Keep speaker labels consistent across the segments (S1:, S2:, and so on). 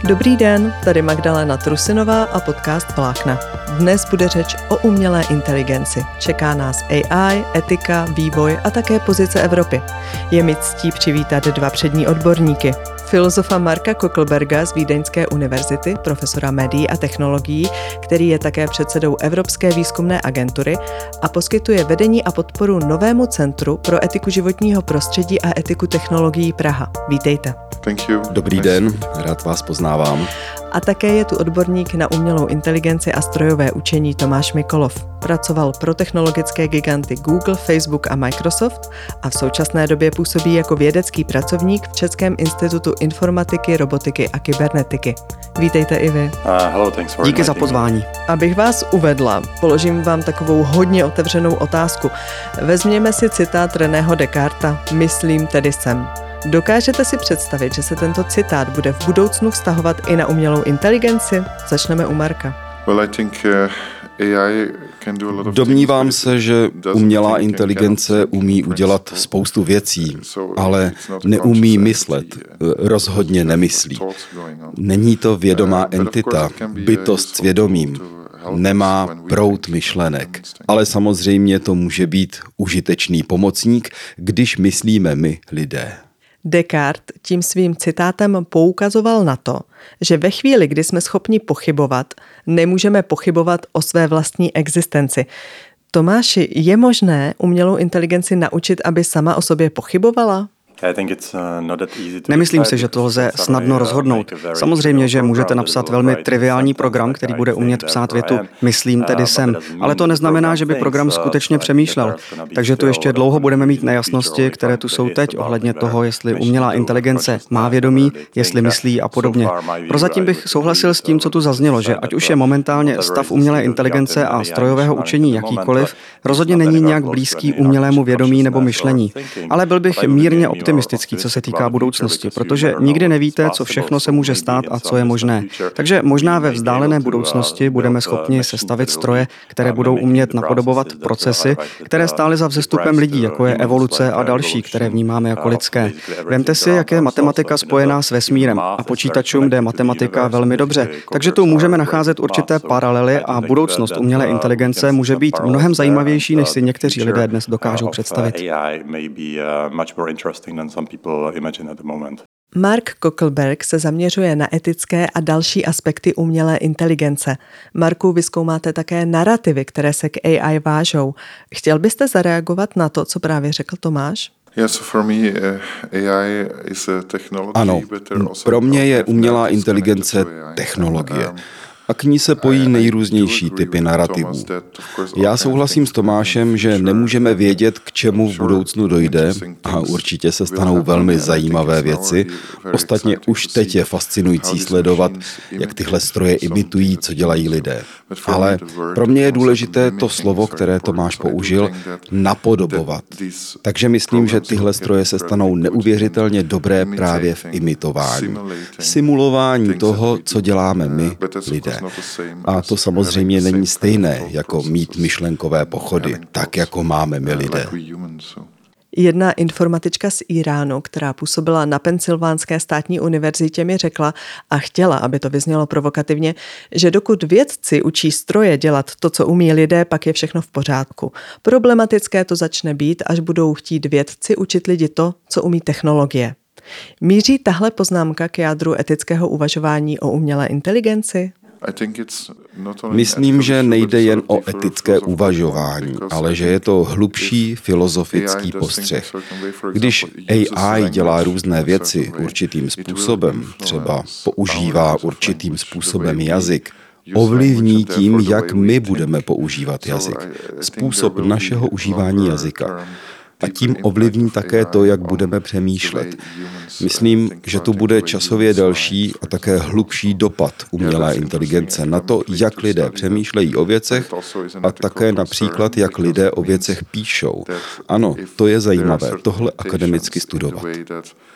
S1: Dobrý den, tady Magdalena Trusinová a podcast Vlákna. Dnes bude řeč o umělé inteligenci. Čeká nás AI, etika, vývoj a také pozice Evropy. Je mi ctí přivítat dva přední odborníky. Filozofa Marka Kokelberga z Vídeňské univerzity, profesora médií a technologií, který je také předsedou Evropské výzkumné agentury a poskytuje vedení a podporu novému Centru pro etiku životního prostředí a etiku technologií Praha. Vítejte.
S2: Dobrý den, rád vás poznávám.
S1: A také je tu odborník na umělou inteligenci a strojové učení Tomáš Mikolov. Pracoval pro technologické giganty Google, Facebook a Microsoft a v současné době působí jako vědecký pracovník v Českém institutu informatiky, robotiky a kybernetiky. Vítejte i vy.
S2: Díky za pozvání.
S1: Abych vás uvedla, položím vám takovou hodně otevřenou otázku. Vezměme si citát Reného Descartesa, myslím, tedy jsem. Dokážete si představit, že se tento citát bude v budoucnu vztahovat i na umělou inteligenci? Začneme u Marka.
S2: Domnívám se, že umělá inteligence umí udělat spoustu věcí, ale neumí myslet, rozhodně nemyslí. Není to vědomá entita, bytost s vědomím. Nemá proud myšlenek, ale samozřejmě to může být užitečný pomocník, když myslíme my lidé.
S1: Descartes tím svým citátem poukazoval na to, že ve chvíli, kdy jsme schopni pochybovat, nemůžeme pochybovat o své vlastní existenci. Tomáši, je možné umělou inteligenci naučit, aby sama o sobě pochybovala?
S3: Nemyslím si, že to lze snadno rozhodnout. Samozřejmě, že můžete napsat velmi triviální program, který bude umět psát větu myslím, tedy jsem, ale to neznamená, že by program skutečně přemýšlel. Takže tu ještě dlouho budeme mít nejasnosti, které tu jsou teď ohledně toho, jestli umělá inteligence má vědomí, jestli myslí a podobně. Prozatím bych souhlasil s tím, co tu zaznělo, že ať už je momentálně stav umělé inteligence a strojového učení jakýkoliv, rozhodně není nějak blízký umělému vědomí nebo myšlení. Ale byl bych mírně optimistický, co se týká budoucnosti, protože nikdy nevíte, co všechno se může stát a co je možné. Takže možná ve vzdálené budoucnosti budeme schopni sestavit stroje, které budou umět napodobovat procesy, které stály za vzestupem lidí, jako je evoluce a další, které vnímáme jako lidské. Vemte si, jak je matematika spojená s vesmírem a počítačům jde matematika velmi dobře. Takže tu můžeme nacházet určité paralely a budoucnost umělé inteligence může být mnohem zajímavější, než si někteří lidé dnes dokážou představit.
S1: Mark Kokelberg se zaměřuje na etické a další aspekty umělé inteligence. Marku, vy zkoumáte také narrativy, které se k AI vážou. Chtěl byste zareagovat na to, co právě řekl Tomáš?
S2: Ano, pro mě je umělá inteligence technologie. A k ní se pojí nejrůznější typy narrativů. Já souhlasím s Tomášem, že nemůžeme vědět, k čemu v budoucnu dojde a určitě se stanou velmi zajímavé věci. Ostatně už teď je fascinující sledovat, jak tyhle stroje imitují, co dělají lidé. Ale pro mě je důležité to slovo, které Tomáš použil, napodobovat. Takže myslím, že tyhle stroje se stanou neuvěřitelně dobré právě v imitování. Simulování toho, co děláme my, lidé. A to samozřejmě není stejné, jako mít myšlenkové pochody, tak jako máme my lidé.
S1: Jedna informatička z Iránu, která působila na Pensylvánské státní univerzitě, mi řekla a chtěla, aby to vyznělo provokativně, že dokud vědci učí stroje dělat to, co umí lidé, pak je všechno v pořádku. Problematické to začne být, až budou chtít vědci učit lidi to, co umí technologie. Míří tahle poznámka k jádru etického uvažování o umělé inteligenci?
S2: Myslím, že nejde jen o etické uvažování, ale že je to hlubší filozofický postřeh. Když AI dělá různé věci určitým způsobem, třeba používá určitým způsobem jazyk, ovlivní tím, jak my budeme používat jazyk, způsob našeho užívání jazyka. A tím ovlivní také to, jak budeme přemýšlet. Myslím, že tu bude časově delší a také hlubší dopad umělé inteligence na to, jak lidé přemýšlejí o věcech a také například, jak lidé o věcech píšou. Ano, to je zajímavé, tohle akademicky studovat.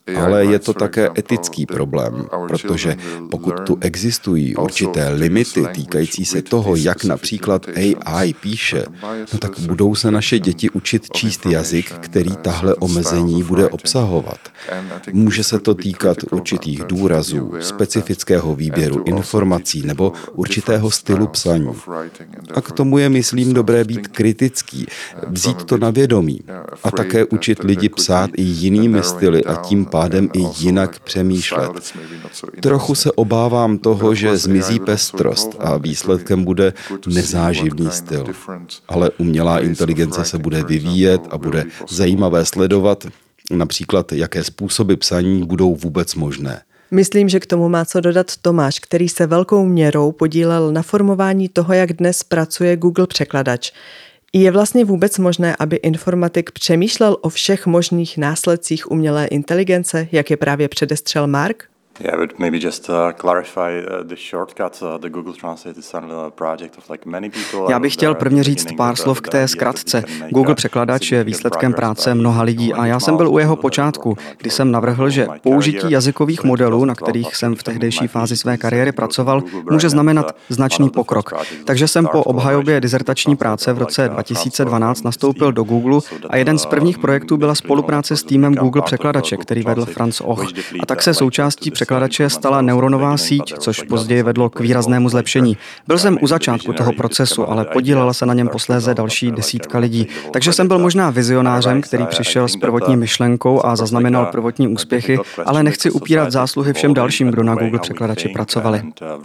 S2: Ale je to také etický problém, protože pokud tu existují určité limity týkající se toho, jak například AI píše, no tak budou se naše děti učit číst jazyk, který tahle omezení bude obsahovat. Může se to týkat určitých důrazů, specifického výběru informací nebo určitého stylu psaní. A k tomu je, myslím, dobré být kritický, vzít to na vědomí a také učit lidi psát i jinými styly a tím pádem i jinak přemýšlet. Trochu se obávám toho, že zmizí pestrost a výsledkem bude nezáživný styl. Ale umělá inteligence se bude vyvíjet a bude zajímavé sledovat, například jaké způsoby psaní budou vůbec možné.
S1: Myslím, že k tomu má co dodat Tomáš, který se velkou měrou podílel na formování toho, jak dnes pracuje Google překladač. Je vlastně vůbec možné, aby informatik přemýšlel o všech možných následcích umělé inteligence, jak je právě předestřel Mark?
S4: Yeah, but maybe just clarify the shortcut. The Google Translate is a project of like many people.
S3: Já bych chtěl prvně říct pár slov k té zkratce. Google překladač je výsledkem práce mnoha lidí a já jsem byl u jeho počátku, kdy jsem navrhl, že použití jazykových modelů, na kterých jsem v tehdejší fázi své kariéry pracoval, může znamenat značný pokrok. Takže jsem po obhajobě dizertační práce v roce 2012 nastoupil do Google a jeden z prvních projektů byla spolupráce s týmem Google překladače, který vedl Franz Och. A tak se součástí překladače stala neuronová síť, což později vedlo k výraznému zlepšení. Byl jsem u začátku toho procesu, ale podílela se na něm posléze další desítka lidí. Takže jsem byl možná vizionářem, který přišel s prvotní myšlenkou a zaznamenal prvotní úspěchy, ale nechci upírat zásluhy všem dalším, kdo na Google překladači pracovali.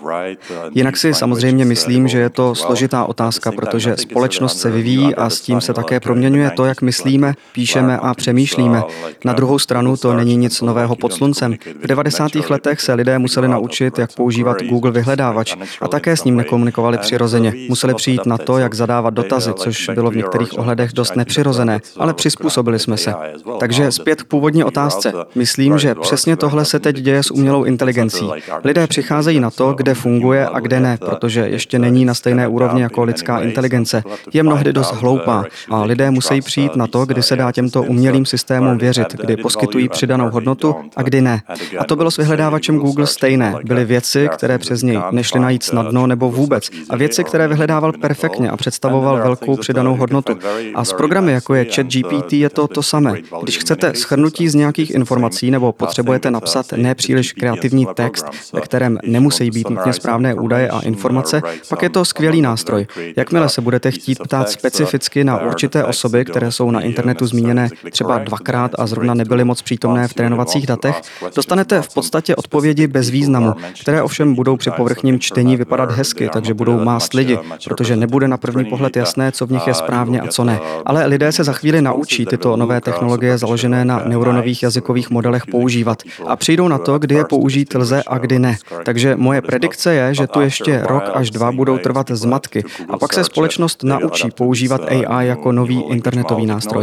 S3: Jinak si samozřejmě myslím, že je to složitá otázka, protože společnost se vyvíjí a s tím se také proměňuje to, jak myslíme, píšeme a přemýšlíme. Na druhou stranu to není nic nového pod sluncem. V 90. letech se lidé museli naučit, jak používat Google vyhledávač a také s ním nekomunikovali přirozeně. Museli přijít na to, jak zadávat dotazy, což bylo v některých ohledech dost nepřirozené, ale přizpůsobili jsme se. Takže zpět k původní otázce. Myslím, že přesně tohle se teď děje s umělou inteligencí. Lidé přicházejí na to, kde funguje a kde ne, protože ještě není na stejné úrovni jako lidská inteligence. Je mnohdy dost hloupá a lidé musí přijít na to, kdy se dá těmto umělým systémům věřit, kdy poskytují přidanou hodnotu a kdy ne. A to bylo s vyhledávačem Google stejné. Byly věci, které přes něj nešly najít snadno nebo vůbec, a věci, které vyhledával perfektně a představoval velkou přidanou hodnotu. A s programy, jako je ChatGPT, je to samé. Když chcete shrnutí z nějakých informací nebo potřebujete napsat nepříliš kreativní text, ve kterém nemusí být nutně správné údaje a informace, pak je to skvělý nástroj. Jakmile se budete chtít ptát specificky na určité osoby, které jsou na internetu zmíněné třeba 2krát a zrovna nebyly moc přítomné v trénovacích datech, dostanete v podstatě odpovědi bez významu, které ovšem budou při povrchním čtení vypadat hezky, takže budou mást lidi, protože nebude na první pohled jasné, co v nich je správně a co ne. Ale lidé se za chvíli naučí tyto nové technologie založené na neuronových jazykových modelech používat a přijdou na to, kdy je použít lze a kdy ne. Takže moje predikce je, že tu ještě rok až 2 budou trvat zmatky a pak se společnost naučí používat AI jako nový internetový nástroj.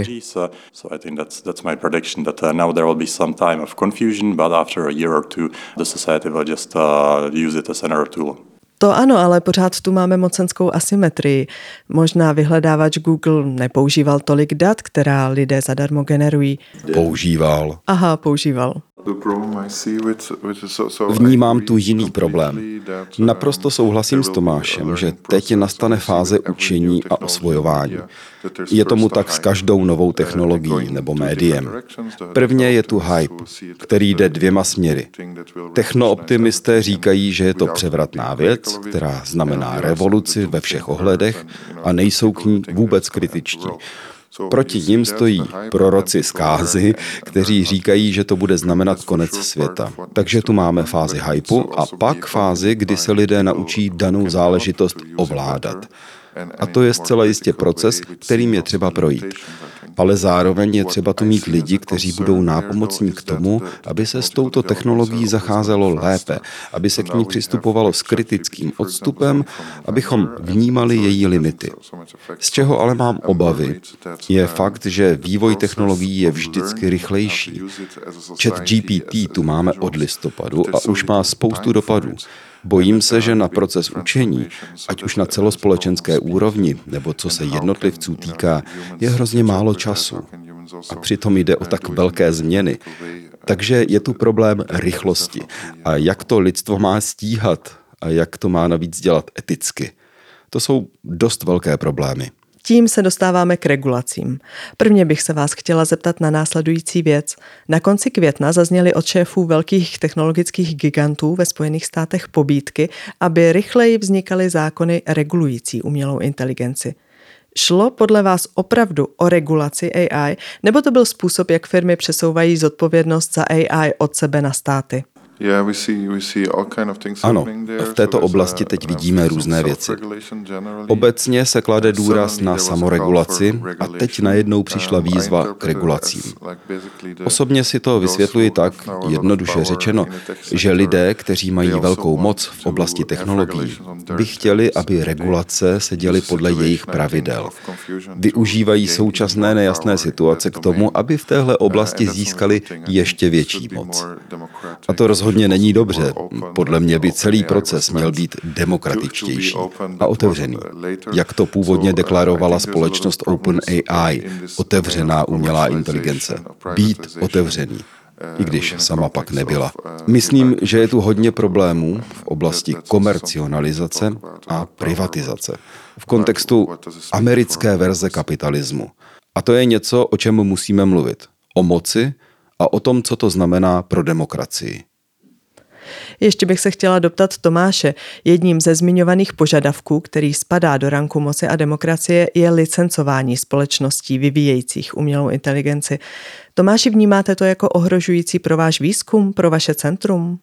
S4: The society will just use it as another tool.
S1: To ano, ale pořád tu máme mocenskou asymetrii. Možná vyhledávač Google nepoužíval tolik dat, která lidé zadarmo generují.
S2: Používal.
S1: Aha, používal.
S2: Vnímám tu jiný problém. Naprosto souhlasím s Tomášem, že teď nastane fáze učení a osvojování. Je tomu tak s každou novou technologií nebo médiem. Prvně je tu hype, který jde 2 směry. Technooptimisté říkají, že je to převratná věc, která znamená revoluci ve všech ohledech a nejsou k ní vůbec kritičtí. Proti nim stojí proroci zkázy, kteří říkají, že to bude znamenat konec světa. Takže tu máme fázi hypu a pak fázi, kdy se lidé naučí danou záležitost ovládat. A to je zcela jistě proces, kterým je třeba projít. Ale zároveň je třeba tu mít lidi, kteří budou nápomocní k tomu, aby se s touto technologií zacházelo lépe, aby se k ní přistupovalo s kritickým odstupem, abychom vnímali její limity. Z čeho ale mám obavy, je fakt, že vývoj technologií je vždycky rychlejší. ChatGPT tu máme od listopadu a už má spoustu dopadů. Bojím se, že na proces učení, ať už na celospolečenské úrovni, nebo co se jednotlivců týká, je hrozně málo času. A přitom jde o tak velké změny. Takže je tu problém rychlosti. A jak to lidstvo má stíhat a jak to má navíc dělat eticky. To jsou dost velké problémy.
S1: Tím se dostáváme k regulacím. Prvně bych se vás chtěla zeptat na následující věc. Na konci května zazněly od šéfů velkých technologických gigantů ve Spojených státech pobídky, aby rychleji vznikaly zákony regulující umělou inteligenci. Šlo podle vás opravdu o regulaci AI, nebo to byl způsob, jak firmy přesouvají zodpovědnost za AI od sebe na státy?
S2: Ano, v této oblasti teď vidíme různé věci. Obecně se klade důraz na samoregulaci a teď najednou přišla výzva k regulacím. Osobně si to vysvětluji tak, jednoduše řečeno, že lidé, kteří mají velkou moc v oblasti technologií, by chtěli, aby regulace se děly podle jejich pravidel. Využívají současné nejasné situace k tomu, aby v téhle oblasti získali ještě větší moc. A to rozhodně není dobře. Podle mě by celý proces měl být demokratičtější a otevřený. Jak to původně deklarovala společnost OpenAI, otevřená umělá inteligence. Být otevřený, i když sama pak nebyla. Myslím, že je tu hodně problémů v oblasti komercionalizace a privatizace. V kontextu americké verze kapitalismu. A to je něco, o čem musíme mluvit. O moci a o tom, co to znamená pro demokracii.
S1: Ještě bych se chtěla doptat Tomáše. Jedním ze zmiňovaných požadavků, který spadá do ranku moci a demokracie, je licencování společností vyvíjejících umělou inteligenci. Tomáši, vnímáte to jako ohrožující pro váš výzkum, pro vaše centrum?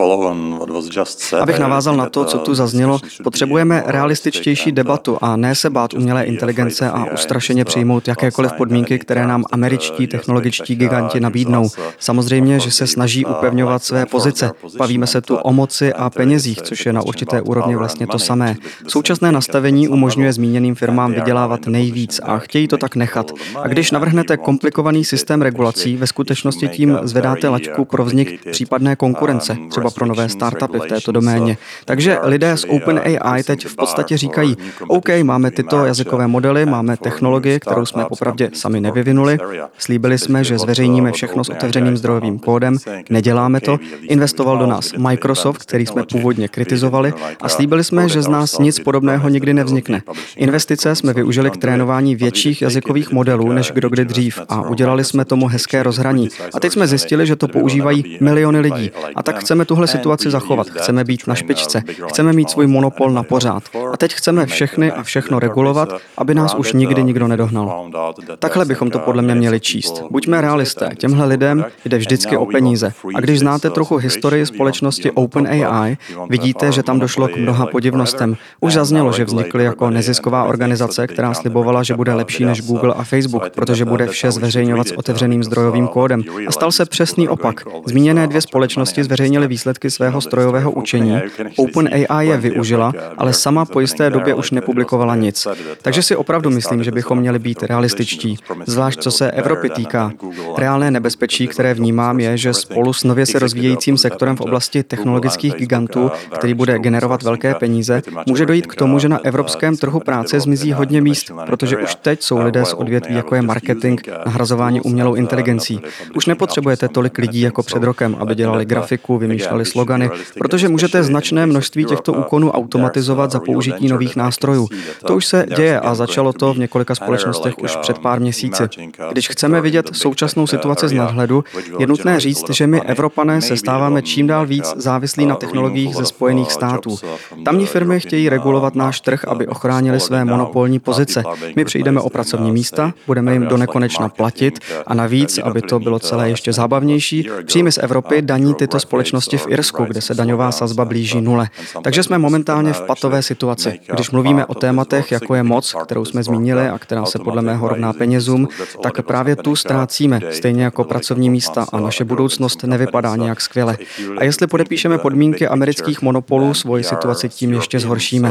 S3: Abych navázal na to, co tu zaznělo, potřebujeme realističtější debatu a ne se bát umělé inteligence a ustrašeně přijmout jakékoliv podmínky, které nám američtí technologičtí giganti nabídnou. Samozřejmě, že se snaží upevňovat své pozice. Bavíme se tu o moci a penězích, což je na určité úrovni vlastně to samé. Současné nastavení umožňuje zmíněným firmám vydělávat nejvíc a chtějí to tak nechat. A když navrhnete komplikovaný systém regulací, ve skutečnosti tím zvedáte laťku pro vznik případné konkurence, třeba pro nové startupy v této doméně. Takže lidé z OpenAI teď v podstatě říkají, OK, máme tyto jazykové modely, máme technologii, kterou jsme popravdě sami nevyvinuli, slíbili jsme, že zveřejníme všechno s otevřeným zdrojovým kódem, neděláme to, investoval do nás Microsoft, který jsme původně kritizovali, a slíbili jsme, že z nás nic podobného nikdy nevznikne. Investice jsme využili k trénování větších jazykových modelů než kdo kdy dřív a udělali jsme tomu hezké rozhraní. A teď jsme zjistili, že to používají miliony lidí. A tak chceme tuhle situaci zachovat. Chceme být na špičce. Chceme mít svůj monopol na pořád. A teď chceme všechny a všechno regulovat, aby nás už nikdy nikdo nedohnal. Takhle bychom to podle mě měli číst. Buďme realisté. Těmhle lidem jde vždycky o peníze. A když znáte trochu historii společnosti OpenAI, vidíte, že tam došlo k mnoha podivnostem. Už zaznělo, že vznikly jako nezisková organizace, která slibovala, že bude lepší než Google a Facebook, protože bude vše zveřejňovat s otevřeným zdrojovým kódem. A stal se přesný opak. Zmíněné dvě společnosti zveřejnily výsledky svého strojového učení. OpenAI je využila, ale sama po jisté době už nepublikovala nic. Takže si opravdu myslím, že bychom měli být realističtí, zvlášť co se Evropy týká. Reálné nebezpečí, které vnímám, je, že spolu s nově se rozvíjejícím sektorem v oblasti technologických gigantů, který bude generovat velké peníze, může dojít k tomu, že na evropském trhu práce zmizí hodně míst, protože už teď jsou lidé z odvětví, jako je marketing, nahrazování umělou inteligencí. Už nepotřebujete tolik lidí jako před rokem, aby dělali grafiku, vymýšleli slogany, protože můžete značné množství těchto úkonů automatizovat za použití nových nástrojů. To už se děje a začalo to v několika společnostech už před pár měsíci. Když chceme vidět současnou situaci z nadhledu, je nutné říct, že my Evropané se stáváme čím dál víc závislí na technologiích ze Spojených států. Tamní firmy chtějí regulovat náš trh, aby ochránili své monopolní pozice. My přijdeme o pracovní místa, budeme jim do nekonečna platit a navíc, aby to bylo celé ještě zábavnější, příjmy z Evropy daní tyto společnosti v Irsku, kde se daňová sazba blíží nule. Takže jsme momentálně v patové situaci. Když mluvíme o tématech, jako je moc, kterou jsme zmínili a která se podle mého rovná penězům, tak právě tu ztrácíme, stejně jako pracovní místa, a naše budoucnost nevypadá nějak skvěle. A jestli podepíšeme podmínky amerických monopolů, svoji situaci tím ještě zhoršíme.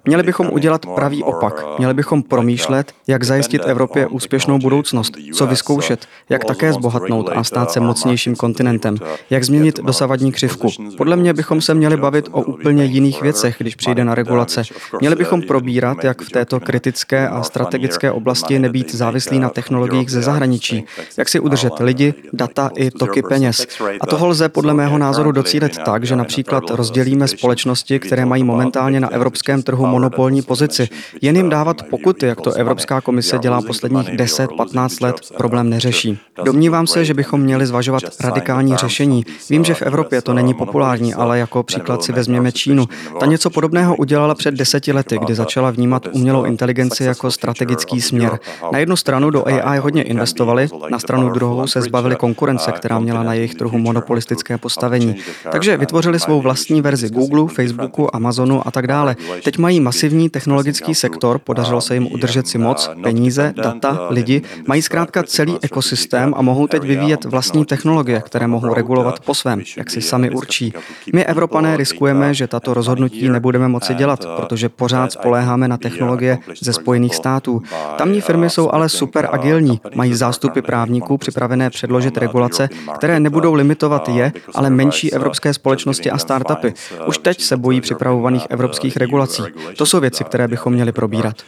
S3: Měli bychom udělat pravý opak. Měli bychom promýšlet, jak zajistit Evropě úspěšnou budoucnost, co vyzkoušet, jak také zbohatnout a stát se mocnějším kontinentem, jak změnit dosavadní křivku. Podle mě bychom se měli bavit o úplně jiných věcech, když přijde na regulace. Měli bychom probírat, jak v této kritické a strategické oblasti nebýt závislí na technologiích ze zahraničí, jak si udržet lidi, data i toky peněz. A toho lze podle mého názoru docílit tak, že například rozdělíme společnosti, které mají momentálně na evropském trhu monopolní pozici. Jen jim dávat pokuty, jak to Evropská komise dělá posledních 10-15 let, problém neřeší. Domnívám se, že bychom měli zvažovat radikální řešení. Vím, že v Evropě to není populární, ale jako příklad si vezměme Čínu. Ta něco podobného udělala před 10 lety, kdy začala vnímat umělou inteligenci jako strategický směr. Na jednu stranu do AI hodně investovali, na stranu druhou se zbavili konkurence, která měla na jejich trhu monopolistické postavení. Takže vytvořili svou vlastní verzi Google, Facebooku, Amazonu a tak dále. Teď mají masivní technologický sektor, podařilo se jim udržet si moc, peníze, data, lidi, mají zkrátka celý ekosystém a mohou teď vyvíjet vlastní technologie, které mohou regulovat po svém, jak si sami určí. My Evropané riskujeme, že tato rozhodnutí nebudeme moci dělat, protože pořád spoléháme na technologie ze Spojených států. Tamní firmy jsou ale super agilní, mají zástupy právníků připravené předložit regulace, které nebudou limitovat je, ale menší evropské společnosti a startupy. Už teď se bojí připravovaných evropských regulací. To jsou věci, které bychom měli probírat.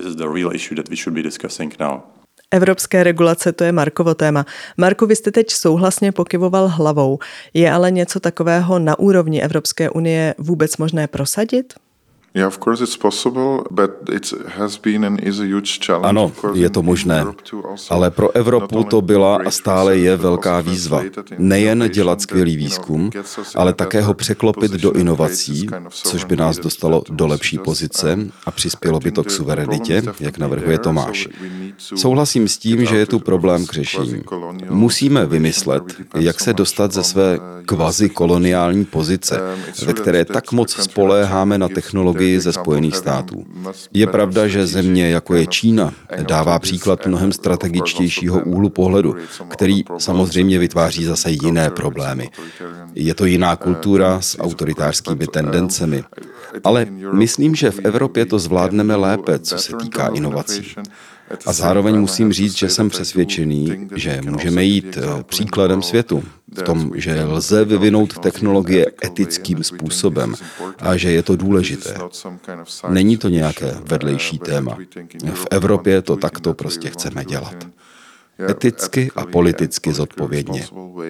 S1: Evropské regulace, to je Markovo téma. Marku, vy jste teď souhlasně pokyvoval hlavou. Je ale něco takového na úrovni Evropské unie vůbec možné prosadit?
S2: Ano, je to možné, ale pro Evropu to byla a stále je velká výzva. Nejen dělat skvělý výzkum, ale také ho překlopit do inovací, což by nás dostalo do lepší pozice a přispělo by to k suverenitě, jak navrhuje Tomáš. Souhlasím s tím, že je tu problém k řešení. Musíme vymyslet, jak se dostat ze své kvazi-koloniální pozice, ve které tak moc spoléháme na technologii ze Spojených států. Je pravda, že země jako je Čína dává příklad mnohem strategičtějšího úhlu pohledu, který samozřejmě vytváří zase jiné problémy. Je to jiná kultura s autoritářskými tendencemi. Ale myslím, že v Evropě to zvládneme lépe, co se týká inovací. A zároveň musím říct, že jsem přesvědčený, že můžeme jít příkladem světu v tom, že lze vyvinout technologie etickým způsobem a že je to důležité. Není to nějaké vedlejší téma. V Evropě to takto prostě chceme dělat. Eticky a politicky zodpovědně.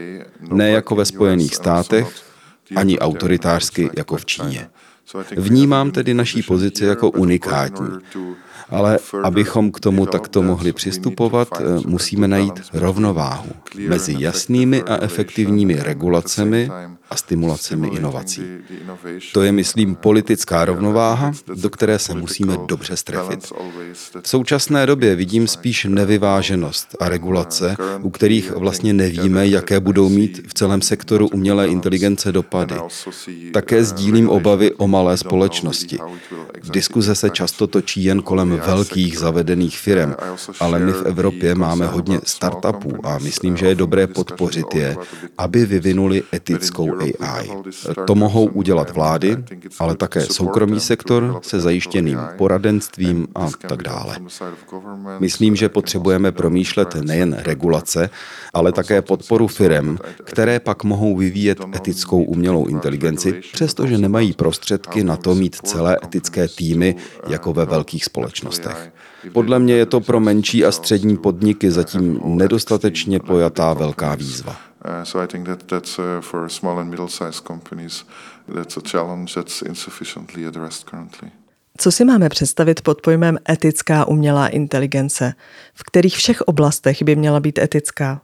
S2: Ne jako ve Spojených státech, ani autoritářsky jako v Číně. Vnímám tedy naší pozici jako unikátní. Ale abychom k tomu takto mohli přistupovat, musíme najít rovnováhu mezi jasnými a efektivními regulacemi a stimulacemi inovací. To je, myslím, politická rovnováha, do které se musíme dobře strefit. V současné době vidím spíš nevyváženost a regulace, u kterých vlastně nevíme, jaké budou mít v celém sektoru umělé inteligence dopady. Také sdílím obavy o malé společnosti. Diskuze se často točí jen kolem velkých zavedených firem, ale my v Evropě máme hodně startupů a myslím, že je dobré podpořit je, aby vyvinuli etickou AI. To mohou udělat vlády, ale také soukromý sektor se zajištěným poradenstvím a tak dále. Myslím, že potřebujeme promýšlet nejen regulace, ale také podporu firem, které pak mohou vyvíjet etickou umělou inteligenci, přestože nemají prostředky na to mít celé etické týmy jako ve velkých společnostech. Podle mě je to pro menší a střední podniky zatím nedostatečně pojatá velká výzva.
S5: So I think that's for small and middle-sized companies, that's a challenge that's insufficiently addressed currently.
S1: Co si máme představit pod pojmem etická umělá inteligence? V kterých všech oblastech by měla být etická?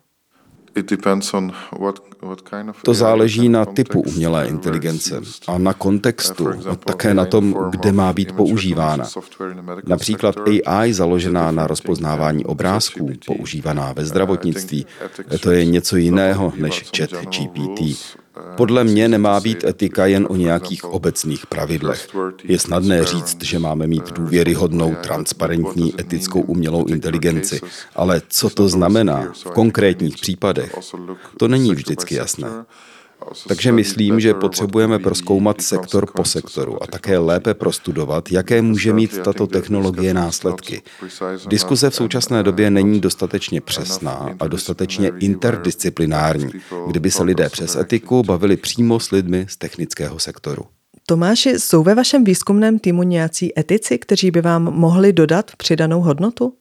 S2: To záleží na typu umělé inteligence a na kontextu, a také na tom, kde má být používána. Například AI založená na rozpoznávání obrázků, používaná ve zdravotnictví, to je něco jiného než ChatGPT. Podle mě nemá být etika jen o nějakých obecných pravidlech. Je snadné říct, že máme mít důvěryhodnou, transparentní etickou umělou inteligenci, ale co to znamená v konkrétních případech, to není vždycky jasné. Takže myslím, že potřebujeme prozkoumat sektor po sektoru a také lépe prostudovat, jaké může mít tato technologie následky. Diskuse v současné době není dostatečně přesná a dostatečně interdisciplinární, kdyby se lidé přes etiku bavili přímo s lidmi z technického sektoru.
S1: Tomáši, jsou ve vašem výzkumném týmu nějací etici, kteří by vám mohli dodat přidanou hodnotu?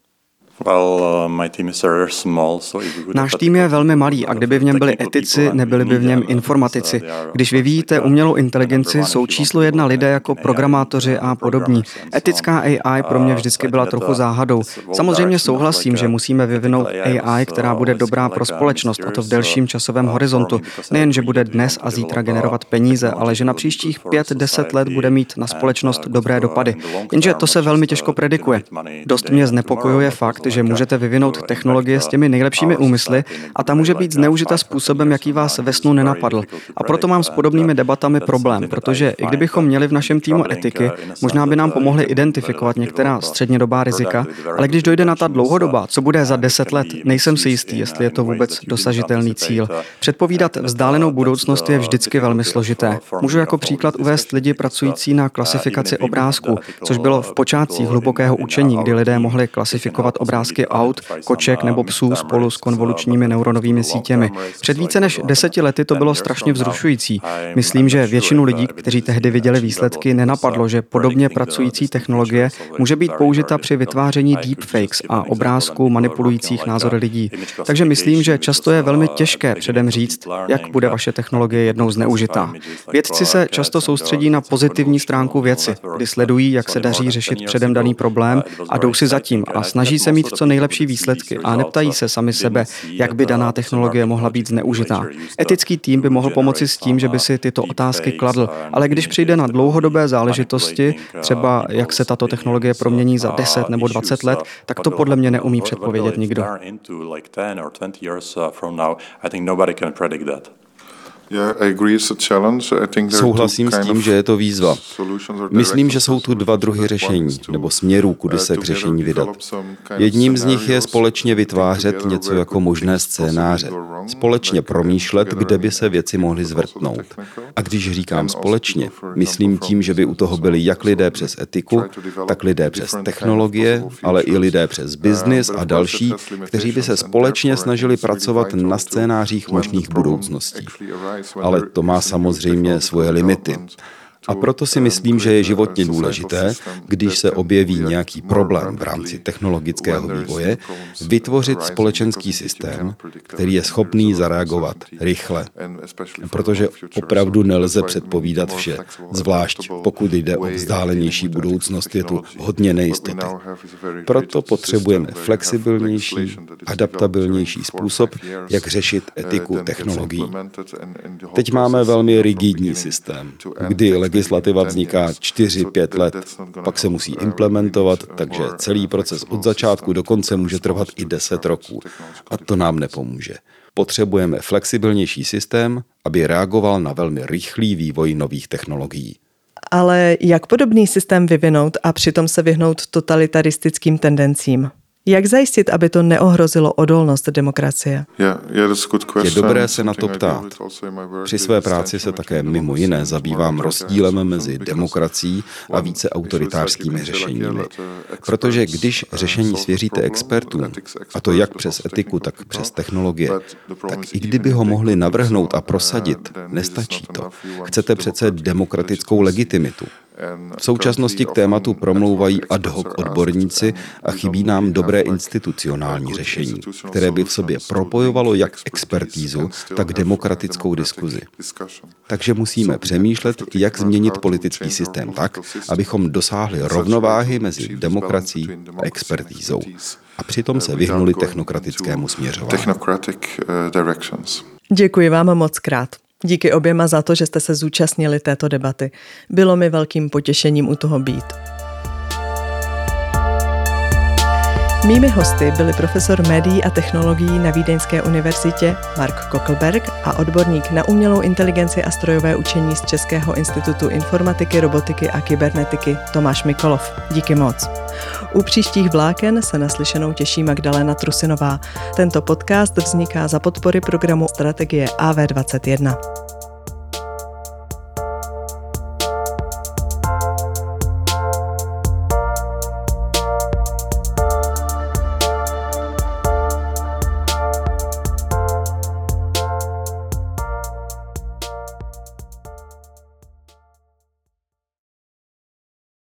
S3: Náš tým je velmi malý a kdyby v něm byli etici, nebyli by v něm informatici. Když vyvíjíte umělou inteligenci, jsou číslo 1 lidé jako programátoři a podobní. Etická AI pro mě vždycky byla trochu záhadou. Samozřejmě souhlasím, že musíme vyvinout AI, která bude dobrá pro společnost, a to v delším časovém horizontu. Nejen, že bude dnes a zítra generovat peníze, ale že na příštích 5-10 let bude mít na společnost dobré dopady. Jenže to se velmi těžko predikuje. Dost mě znepokojuje fakt, že můžete vyvinout technologie s těmi nejlepšími úmysly a ta může být zneužita způsobem, jaký vás ve snu nenapadl. A proto mám s podobnými debatami problém, protože i kdybychom měli v našem týmu etiky, možná by nám pomohli identifikovat některá střednědobá rizika, ale když dojde na ta dlouhodobá, co bude za 10 let, nejsem si jistý, jestli je to vůbec dosažitelný cíl. Předpovídat vzdálenou budoucnost je vždycky velmi složité. Můžu jako příklad uvést lidi pracující na klasifikaci obrázků, což bylo v počátcích hlubokého učení, kdy lidé mohli klasifikovat obrázky aut, koček nebo psů spolu s konvolučními neuronovými sítěmi. Před více než 10 lety to bylo strašně vzrušující. Myslím, že většinu lidí, kteří tehdy viděli výsledky, nenapadlo, že podobně pracující technologie může být použita při vytváření deepfakes a obrázků manipulujících názory lidí. Takže myslím, že často je velmi těžké předem říct, jak bude vaše technologie jednou zneužitá. Vědci se často soustředí na pozitivní stránku věci, kdy sledují, jak se daří řešit předem daný problém a jdou si zatím a snaží se mít co nejlepší výsledky a neptají se sami sebe, jak by daná technologie mohla být zneužitá. Etický tým by mohl pomoci s tím, že by si tyto otázky kladl, ale když přijde na dlouhodobé záležitosti, třeba jak se tato technologie promění za 10 nebo 20 let, tak to podle mě neumí předpovědět nikdo.
S2: Souhlasím s tím, že je to výzva. Myslím, že jsou tu dva druhy řešení, nebo směrů, kudy se k řešení vydat. Jedním z nich je společně vytvářet něco jako možné scénáře. Společně promýšlet, kde by se věci mohly zvrtnout. A když říkám společně, myslím tím, že by u toho byli jak lidé přes etiku, tak lidé přes technologie, ale i lidé přes biznis a další, kteří by se společně snažili pracovat na scénářích možných budoucností. Ale to má samozřejmě svoje limity. A proto si myslím, že je životně důležité, když se objeví nějaký problém v rámci technologického vývoje, vytvořit společenský systém, který je schopný zareagovat rychle. Protože opravdu nelze předpovídat vše, zvlášť pokud jde o vzdálenější budoucnost, je tu hodně nejistoty. Proto potřebujeme flexibilnější, adaptabilnější způsob, jak řešit etiku technologií. Teď máme velmi rigidní systém, kdy legislativa vzniká 4-5 let, pak se musí implementovat, takže celý proces od začátku do konce může trvat i 10 roků. A to nám nepomůže. Potřebujeme flexibilnější systém, aby reagoval na velmi rychlý vývoj nových technologií.
S1: Ale jak podobný systém vyvinout a přitom se vyhnout totalitaristickým tendencím? Jak zajistit, aby to neohrozilo odolnost demokracie?
S2: Je dobré se na to ptát. Při své práci se také mimo jiné zabývám rozdílem mezi demokracií a více autoritářskými řešeními. Protože když řešení svěříte expertům, a to jak přes etiku, tak přes technologie, tak i kdyby ho mohli navrhnout a prosadit, nestačí to. Chcete přece demokratickou legitimitu. V současnosti k tématu promlouvají ad hoc odborníci a chybí nám dobré institucionální řešení, které by v sobě propojovalo jak expertízu, tak demokratickou diskuzi. Takže musíme přemýšlet, jak změnit politický systém tak, abychom dosáhli rovnováhy mezi demokracií a expertízou. A přitom se vyhnuli technokratickému směřování.
S1: Děkuji vám moc krát. Díky oběma za to, že jste se zúčastnili této debaty. Bylo mi velkým potěšením u toho být. Mými hosty byli profesor médií a technologií na Vídeňské univerzitě Mark Kokelberg a odborník na umělou inteligenci a strojové učení z Českého institutu informatiky, robotiky a kybernetiky Tomáš Mikolov. Díky moc. U příštích vláken se naslyšenou těší Magdalena Trusinová. Tento podcast vzniká za podpory programu Strategie AV21.